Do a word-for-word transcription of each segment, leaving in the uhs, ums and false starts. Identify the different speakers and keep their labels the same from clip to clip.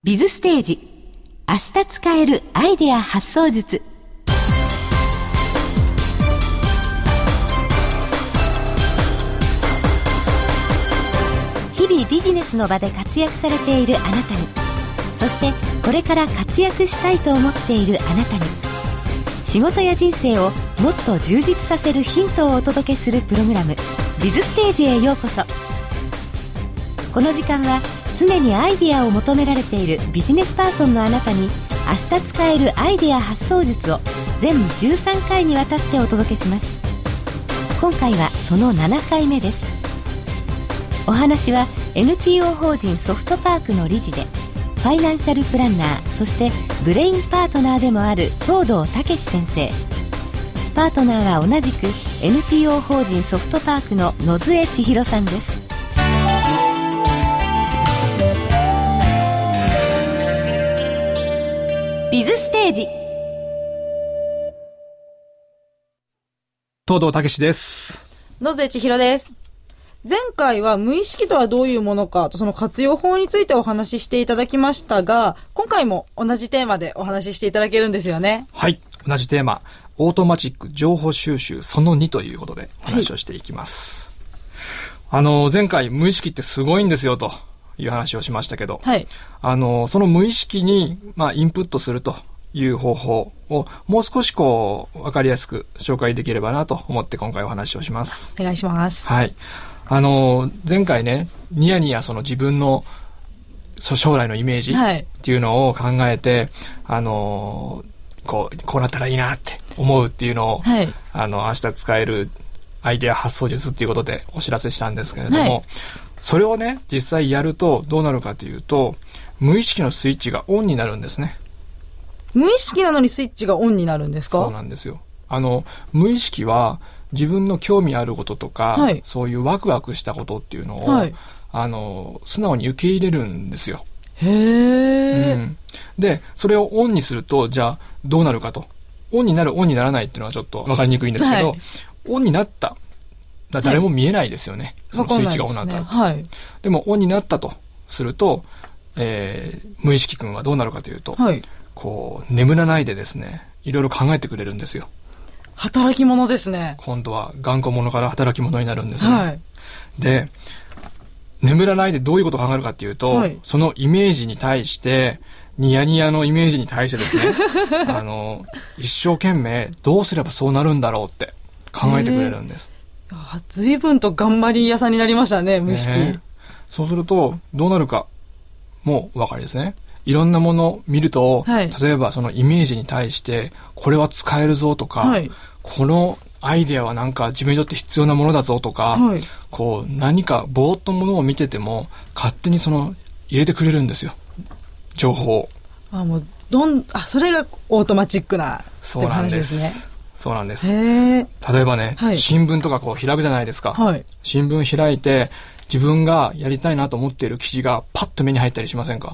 Speaker 1: ビズステージ、明日使えるアイデア発想術。日々ビジネスの場で活躍されているあなたに、そしてこれから活躍したいと思っているあなたに、仕事や人生をもっと充実させるヒントをお届けするプログラム、ビズステージへようこそ。この時間は常にアイデアを求められているビジネスパーソンのあなたに、明日使えるアイデア発想術を全じゅうさんかいにわたってお届けします。今回はそのななかいめです。お話は エヌピーオー 法人ソフトパークの理事でファイナンシャルプランナー、そしてブレインパートナーでもある東堂武先生。パートナーは同じく エヌピーオー 法人ソフトパークの野添千尋さんです。ビズステージ、
Speaker 2: 東堂武です。
Speaker 3: 野添千尋です。前回は無意識とはどういうものかと、その活用法についてお話ししていただきましたが、今回も同じテーマでお話ししていただけるんですよね。
Speaker 2: はい、同じテーマ、オートマチック情報収集そのにということでお話をしていきます。はい、あの前回無意識ってすごいんですよという話をしましたけど、はい、あのその無意識に、まあ、インプットするという方法をもう少しこう分かりやすく紹介できればなと思って今回お話をします。
Speaker 3: お願いします。
Speaker 2: はい、あの前回ね、ニヤニヤその自分の将来のイメージっていうのを考えて、はい、あのこうこうなったらいいなって思うっていうのを、はい、あの明日使えるアイデア発想術っていうことでお知らせしたんですけれども、はい、それをね実際やるとどうなるかというと、無意識のスイッチがオンになるんですね。
Speaker 3: 無意識なのにスイッチがオンになるんですか？
Speaker 2: そうなんですよ。あの無意識は自分の興味あることとか、はい、そういうワクワクしたことっていうのを、はい、あの素直に受け入れるんですよ。
Speaker 3: へー、
Speaker 2: うん、でそれをオンにすると、じゃあどうなるかと。オンになるオンにならないっていうのはちょっと分かりにくいんですけど、はい、オンになっただ誰も見えないですよね、はい、そのスイッチがオンになったら、
Speaker 3: はい、
Speaker 2: でもオンになったとすると、えー、無意識君はどうなるかというと、はい、こう眠らないでですね、いろいろ考えてくれるんですよ。
Speaker 3: 働き者ですね。
Speaker 2: 今度は頑固者から働き者になるんですね。
Speaker 3: はい、
Speaker 2: で眠らないでどういうことを考えるかっていうと、はい、そのイメージに対して、ニヤニヤのイメージに対してですねあの一生懸命どうすればそうなるんだろうって考えてくれるんです。
Speaker 3: 随分と頑張り屋さんになりましたね、無意識、
Speaker 2: ね、そうするとどうなるかもお分かりですね。いろんなものを見ると、はい、例えばそのイメージに対してこれは使えるぞとか、はい、このアイデアはなんか自分にとって必要なものだぞとか、はい、こう何かぼーっとものを見てても勝手にその入れてくれるんですよ、情報を。
Speaker 3: あ、もうどんあそれがオートマチックなっていう話ですね。
Speaker 2: そうなんです。例えばね、はい、新聞とかこう開くじゃないですか、はい、新聞開いて自分がやりたいなと思っている記事がパッと目に入ったりしませんか？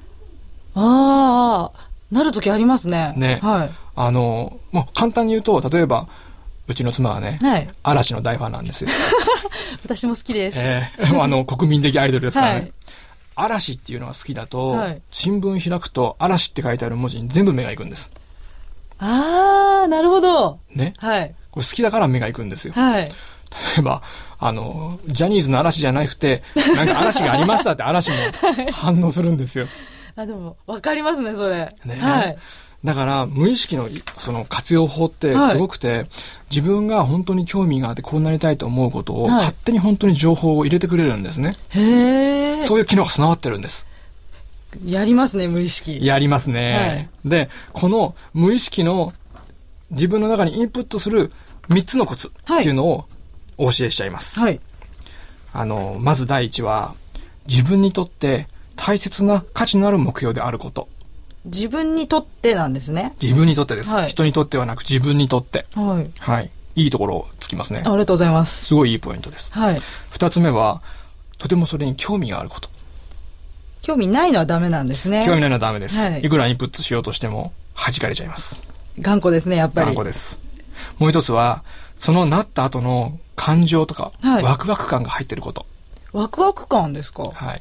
Speaker 3: ああ、なるときありますね。
Speaker 2: ね、はい、あのもう簡単に言うと、例えばうちの妻はね、はい、嵐の大ファンなんですよ
Speaker 3: 私も好きです、
Speaker 2: えー、あの国民的アイドルですからね、はい、嵐っていうのが好きだと、はい、新聞開くと嵐って書いてある文字に全部目が行くんです。
Speaker 3: ああ、なるほど
Speaker 2: ね、
Speaker 3: はい、
Speaker 2: これ好きだから目が行くんですよ、
Speaker 3: はい、
Speaker 2: 例えばあのジャニーズの嵐じゃなくてなんか嵐がありましたって嵐も反応するんですよ
Speaker 3: あ、でも分かりますねそれ、
Speaker 2: ね、
Speaker 3: はい、
Speaker 2: だから無意識のその活用法ってすごくて、はい、自分が本当に興味があってこうなりたいと思うことを、はい、勝手に本当に情報を入れてくれるんですね。
Speaker 3: へー、
Speaker 2: そういう機能が備わってるんです。
Speaker 3: やりますね、無意識。
Speaker 2: やりますね、はい、でこの無意識の自分の中にインプットするみっつのコツっていうのをお教えしちゃいます、はい、あのまず第一は、自分にとって大切な価値のある目標であること。
Speaker 3: 自分にとってなんですね。
Speaker 2: 自分にとってです、はい、人にとってはなく自分にとって、
Speaker 3: はい
Speaker 2: はい、いいところつきますね。
Speaker 3: ありがとうございます。
Speaker 2: すごいいいポイントです、はい、二つ目は、とてもそれに興味があること。
Speaker 3: 興味ないのはダメなんですね。
Speaker 2: 興味ないのはダメです、はい、いくらインプットしようとしても弾かれちゃいます。
Speaker 3: 頑固ですね、やっぱり。
Speaker 2: 頑固です。もう一つは、そのなった後の感情とか、はい、ワクワク感が入ってること。
Speaker 3: ワクワク感ですか？
Speaker 2: はい。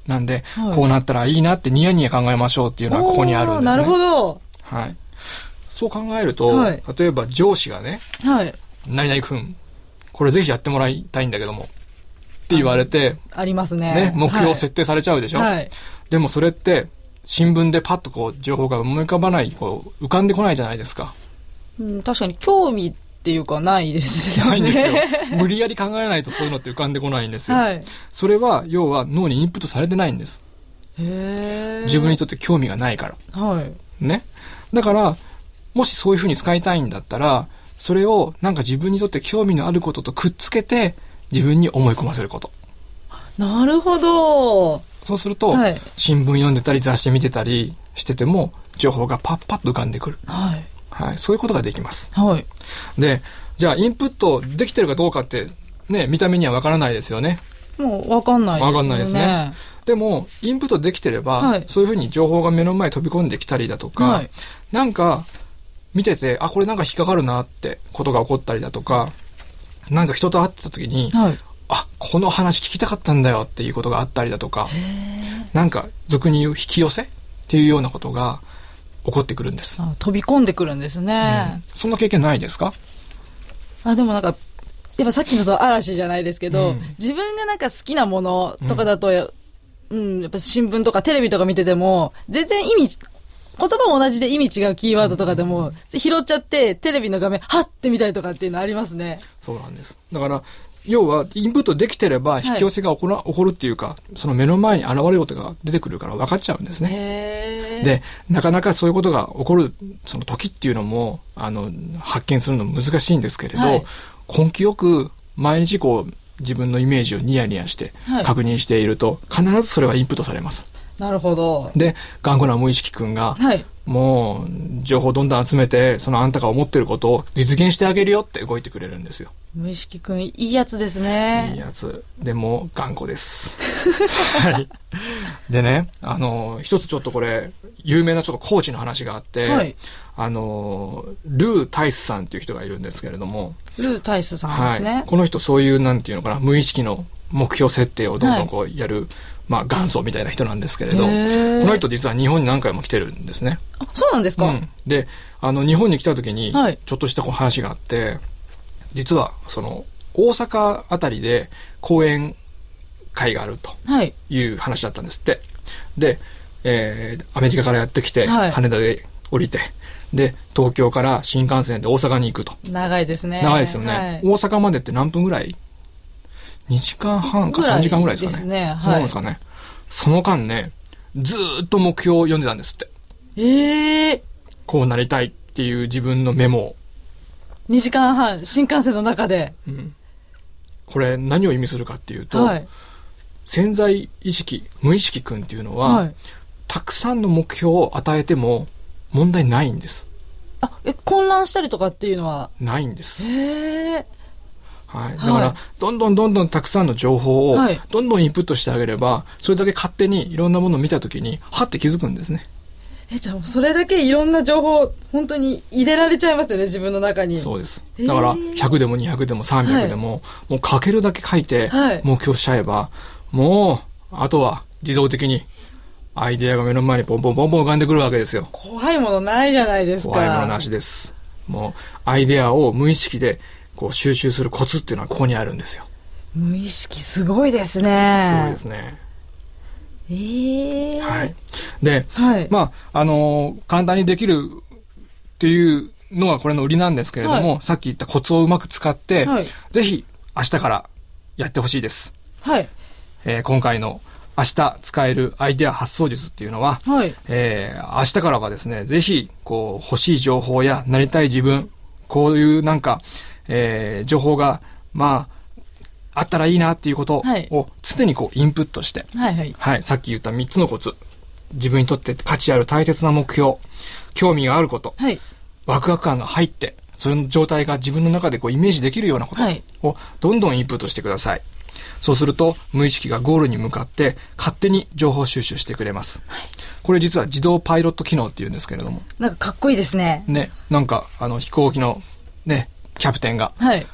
Speaker 2: なんで、はい、こうなったらいいなってニヤニヤ考えましょうっていうのはここにあるんですね。
Speaker 3: なるほど。
Speaker 2: はい。そう考えると、
Speaker 3: はい、
Speaker 2: 例えば上司がね、
Speaker 3: はい、
Speaker 2: 何々君、これぜひやってもらいたいんだけども、って言われて、
Speaker 3: あ, ありますね。
Speaker 2: ね、目標設定されちゃうでしょ。
Speaker 3: はい、
Speaker 2: でもそれって、新聞でパッとこう、情報が思い浮かばない、こう、浮かんでこないじゃないですか。
Speaker 3: うん、確かに興味っていうかないですよね。
Speaker 2: ないんですよ。無理やり考えないとそういうのって浮かんでこないんですよ。
Speaker 3: はい、
Speaker 2: それは、要は脳にインプットされてないんです。
Speaker 3: へー。
Speaker 2: 自分にとって興味がないから。
Speaker 3: はい。
Speaker 2: ね。だから、もしそういうふうに使いたいんだったら、それをなんか自分にとって興味のあることとくっつけて、自分に思い込ませること。
Speaker 3: なるほど。
Speaker 2: そうすると、
Speaker 3: はい、
Speaker 2: 新聞読んでたり雑誌見てたりしてても、情報がパッパッと浮かんでくる。
Speaker 3: はい。
Speaker 2: はい。そういうことができます。
Speaker 3: はい。
Speaker 2: で、じゃあインプットできてるかどうかって、ね、見た目にはわからないですよね。
Speaker 3: もうわかんないですよね。
Speaker 2: わかんないですね。でも、インプットできてれば、はい、そういうふうに情報が目の前に飛び込んできたりだとか、はい、なんか、見てて、あ、これなんか引っかかるなってことが起こったりだとか、なんか人と会ってた時に、はい、あ、この話聞きたかったんだよっていうことがあったりだとか、なんか俗に言う引き寄せっていうようなことが起こってくるんです。
Speaker 3: あ、飛び込んでくるんですね、
Speaker 2: うん。そんな経験ないですか？
Speaker 3: あ、でもなんか、やっぱさっきのその嵐じゃないですけど、うん、自分がなんか好きなものとかだと、うんうん、やっぱ新聞とかテレビとか見てても、全然意味、言葉も同じで意味違うキーワードとかでも、拾っちゃって、テレビの画面、はって見たりとかっていうのありますね。
Speaker 2: そうなんです。だから、要は、インプットできてれば、引き寄せが起こら、はい、起こるっていうか、その目の前に現れることが出てくるから分かっちゃうんですね。
Speaker 3: へー。
Speaker 2: で、なかなかそういうことが起こる、その時っていうのも、あの、発見するの難しいんですけれど、はい、根気よく、毎日こう、自分のイメージをニヤニヤして確認していると、はい、必ずそれはインプットされます。
Speaker 3: なるほど。
Speaker 2: で、頑固な無意識くんが、はい、もう情報をどんどん集めて、そのあんたが思ってることを実現してあげるよって動いてくれるんですよ。
Speaker 3: 無意識くんいいやつですね。
Speaker 2: いいやつ。でも頑固です。はい。でね、あの一つちょっとこれ有名なちょっとコーチの話があって、はい、あのルー・タイスさんっていう人がいるんですけれども、
Speaker 3: ルー・タイスさんですね。
Speaker 2: はい、この人そういうなんていうのかな、無意識の目標設定をどんどんこうやる、はい、まあ元祖みたいな人なんですけれど、この人実は日本に何回も来てるんですね。
Speaker 3: あ、そうなんですか？
Speaker 2: うん、で、あの日本に来た時にちょっとしたこう話があって、はい、実はその大阪あたりで講演会があるという話だったんですって。で、えー、アメリカからやってきて、はい、羽田で降りて、で東京から新幹線で大阪に行くと。
Speaker 3: 長いですね。
Speaker 2: 長いですよね、はい、大阪までって何分ぐらい？にじかんはんかさんじかんぐらいですかね。ですね。はい、そうなんですかね。その間ね、ずーっと目標を読んでたんですって。
Speaker 3: ええー。
Speaker 2: こうなりたいっていう自分のメモを。
Speaker 3: にじかんはん、新幹線の中で。
Speaker 2: うん。これ何を意味するかっていうと、はい、潜在意識、無意識くんっていうのは、はい、たくさんの目標を与えても問題ないんです。
Speaker 3: あ、え、混乱したりとかっていうのは
Speaker 2: ないんです。
Speaker 3: へー。
Speaker 2: はい、だから、はい、どんどんどんどんたくさんの情報をどんどんインプットしてあげれば、それだけ勝手にいろんなものを見たときにはって気づくんですね。
Speaker 3: え、じゃあそれだけいろんな情報本当に入れられちゃいますよね、自分の中に。
Speaker 2: そうです。だからひゃくでもにひゃくでもさんびゃくでも、はい、もう書けるだけ書いて目標しちゃえば、はい、もうあとは自動的にアイデアが目の前にポンポンポンポン浮かんでくるわけですよ。
Speaker 3: 怖いものないじゃないですか。
Speaker 2: 怖いものなしです。もうアイデアを無意識でこう収集するコツっていうのはここにあるんですよ。
Speaker 3: 無意識すごいですね。
Speaker 2: すごいですね。
Speaker 3: えー、
Speaker 2: はい。で、
Speaker 3: はい、
Speaker 2: まあ、あのー、簡単にできるっていうのがこれの売りなんですけれども、はい、さっき言ったコツをうまく使って、はい、ぜひ明日からやってほしいです。
Speaker 3: はい。
Speaker 2: えー、今回の明日使えるアイデア発想術っていうのは、
Speaker 3: はい、
Speaker 2: えー、明日からはですね、ぜひ、こう、欲しい情報やなりたい自分、こういうなんか、えー、情報が、まあ、あったらいいなっていうことを常にこうインプットして、
Speaker 3: はいはい
Speaker 2: はい、さっき言ったみっつのコツ、自分にとって価値ある大切な目標、興味があること、
Speaker 3: はい、
Speaker 2: ワクワク感が入って、それの状態が自分の中でこうイメージできるようなことをどんどんインプットしてください。そうすると無意識がゴールに向かって勝手に情報収集してくれます。はい、これ実は自動パイロット機能っていうんですけれども。
Speaker 3: なんかかっこいいですね。
Speaker 2: ね、なんかあの飛行機のね、キャプテンが、
Speaker 3: はい、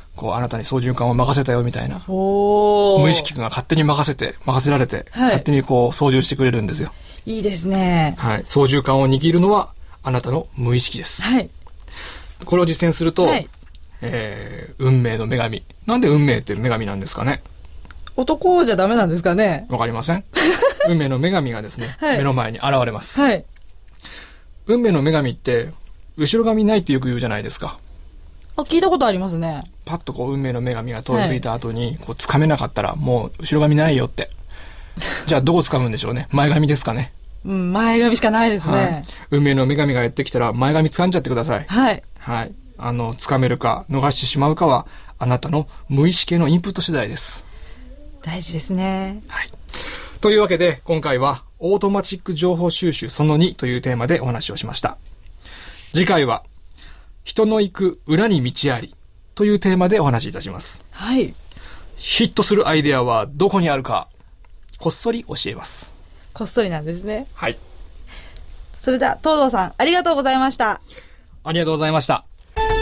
Speaker 2: こう、あなたに操縦桿を任せたよみたいな。無意識が勝手に任せて、任せられて、はい、勝手にこう、操縦してくれるんですよ。
Speaker 3: いいですね。
Speaker 2: はい。操縦桿を握るのは、あなたの無意識です。はい。これを実践すると、はい、えー、運命の女神。なんで運命って女神なんですかね？
Speaker 3: 男じゃダメなんですかね？
Speaker 2: わかりません。運命の女神がですね、はい、目の前に現れます。はい。運命の女神って、後ろ髪ないってよく言うじゃないですか。
Speaker 3: あ、聞いたことありますね。
Speaker 2: パッとこう運命の女神が通り過ぎた後に、こう掴めなかったらもう後ろ髪ないよって。じゃあどこ掴むんでしょうね。前髪ですかね。
Speaker 3: うん、前髪しかないですね。はい、
Speaker 2: 運命の女神がやってきたら前髪掴んじゃってください。
Speaker 3: はい。
Speaker 2: はい。あの、掴めるか逃してしまうかはあなたの無意識へのインプット次第です。
Speaker 3: 大事ですね。
Speaker 2: はい。というわけで今回はオートマチック情報収集そのにというテーマでお話をしました。次回は人の行く裏に道ありというテーマでお話しいたします。
Speaker 3: はい。
Speaker 2: ヒットするアイデアはどこにあるか、こっそり教えます。
Speaker 3: こっそりなんですね。
Speaker 2: はい。
Speaker 3: それでは東堂さん、ありがとうございました。
Speaker 2: ありがとうございました。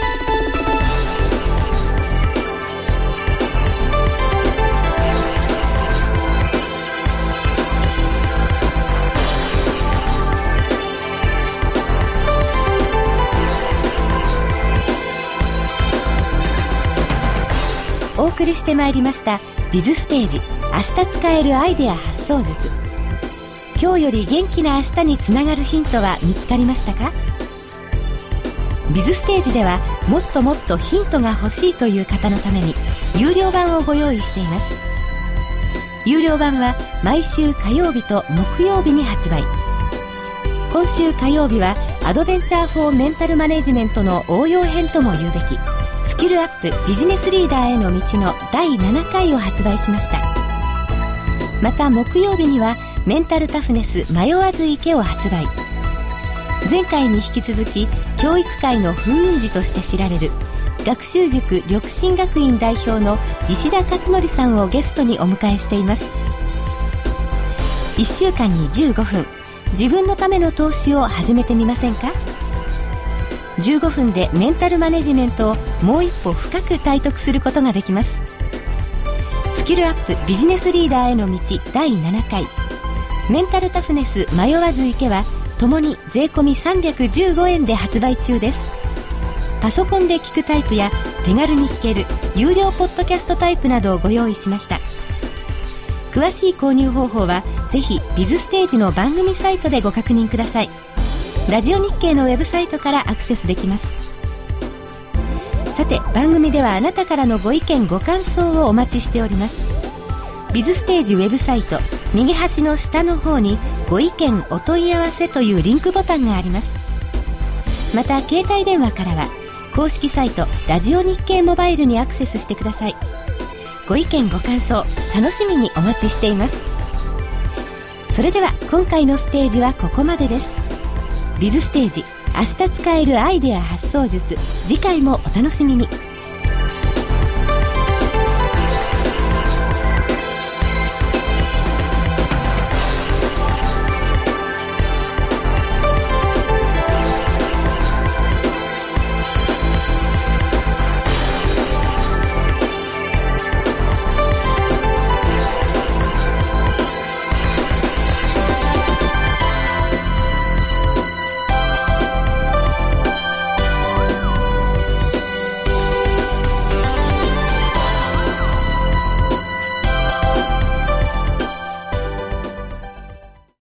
Speaker 1: お送りしてまいりましたビズステージ、明日使えるアイデア発想術。今日より元気な明日につながるヒントは見つかりましたか？ビズステージではもっともっとヒントが欲しいという方のために有料版をご用意しています。有料版は毎週火曜日と木曜日に発売。今週火曜日はアドベンチャーフォーメンタルマネジメントの応用編とも言うべきスキルアップビジネスリーダーへの道のだいななかいを発売しました。また木曜日にはメンタルタフネス迷わず行けを発売。前回に引き続き教育界の風雲児として知られる学習塾緑心学院代表の石田勝則さんをゲストにお迎えしています。いっしゅうかんにじゅうごふん、自分のための投資を始めてみませんか？じゅうごふんでメンタルマネジメントをもう一歩深く体得することができます。スキルアップビジネスリーダーへの道だいななかい、メンタルタフネス迷わず行けはともに税込みさんびゃくじゅうごえんで発売中です。パソコンで聞くタイプや手軽に聞ける有料ポッドキャストタイプなどをご用意しました。詳しい購入方法はぜひビズステージの番組サイトでご確認ください。ラジオ日経のウェブサイトからアクセスできます。さて番組ではあなたからのご意見ご感想をお待ちしております。ビズステージウェブサイト右端の下の方にご意見お問い合わせというリンクボタンがあります。また携帯電話からは公式サイトラジオ日経モバイルにアクセスしてください。ご意見ご感想楽しみにお待ちしています。それでは今回のステージはここまでです。ビズステージ、明日使えるアイデア発想術、次回もお楽しみに。